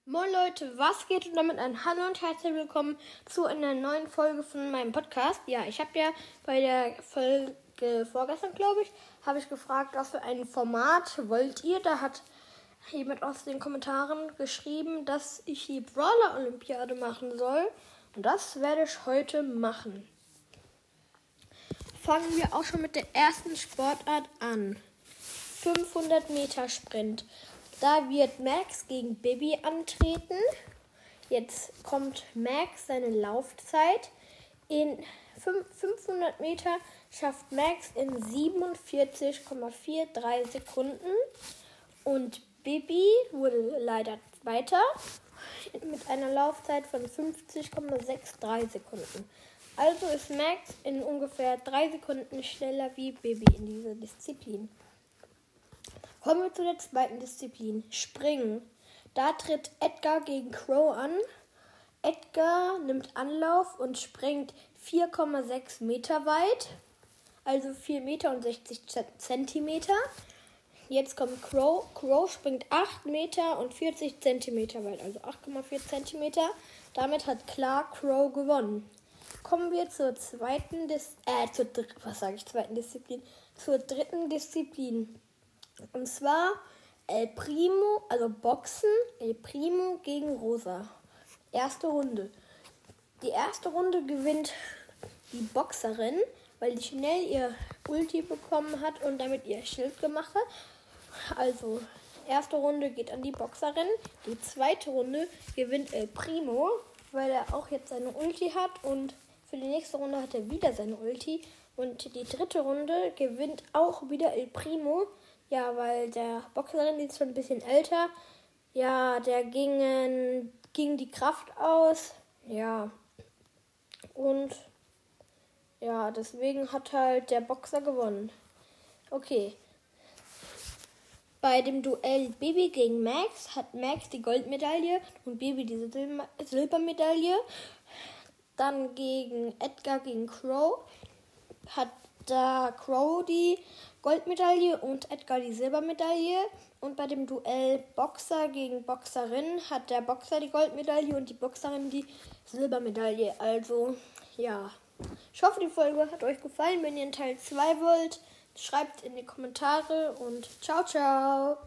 Moin Leute, was geht? Und damit ein Hallo und herzlich willkommen zu einer neuen Folge von meinem Podcast. Ja, ich habe ja bei der Folge vorgestern, glaube ich, habe ich gefragt, was für ein Format wollt ihr? Da hat jemand aus den Kommentaren geschrieben, dass ich die Brawler-Olympiade machen soll. Und das werde ich heute machen. Fangen wir auch schon mit der ersten Sportart an. 500 Meter Sprint. Da wird Max gegen Bibi antreten. Jetzt kommt Max seine Laufzeit. In 500 Meter schafft Max in 47,43 Sekunden. Und Bibi wurde leider Zweiter mit einer Laufzeit von 50,63 Sekunden. Also ist Max in ungefähr 3 Sekunden schneller wie Bibi in dieser Disziplin. Kommen wir zu der zweiten Disziplin, Springen. Da tritt Edgar gegen Crow an. Edgar nimmt Anlauf und springt 4,6 Meter weit, also 4 Meter und 60 Zentimeter. Jetzt kommt Crow. Crow springt 8 Meter und 40 Zentimeter weit, also 8,4 Zentimeter. Damit hat klar Crow gewonnen. Kommen wir zur dritten Disziplin. Und zwar El Primo, also Boxen, El Primo gegen Rosa. Erste Runde. Die erste Runde gewinnt die Boxerin, weil die schnell ihr Ulti bekommen hat und damit ihr Schild gemacht hat. Also, erste Runde geht an die Boxerin. Die zweite Runde gewinnt El Primo, weil er auch jetzt seine Ulti hat und für die nächste Runde hat er wieder seine Ulti. Und die dritte Runde gewinnt auch wieder El Primo. Ja, weil der Boxerin, die ist schon ein bisschen älter. Ja, der ging die Kraft aus. Ja. Und ja, deswegen hat halt der Boxer gewonnen. Okay. Bei dem Duell Bibi gegen Max hat Max die Goldmedaille und Bibi die Silbermedaille. Dann gegen Edgar gegen Crow hat da Crow die Goldmedaille und Edgar die Silbermedaille. Und bei dem Duell Boxer gegen Boxerin hat der Boxer die Goldmedaille und die Boxerin die Silbermedaille. Also, ja. Ich hoffe, die Folge hat euch gefallen. Wenn ihr einen Teil 2 wollt, schreibt in die Kommentare und ciao, ciao.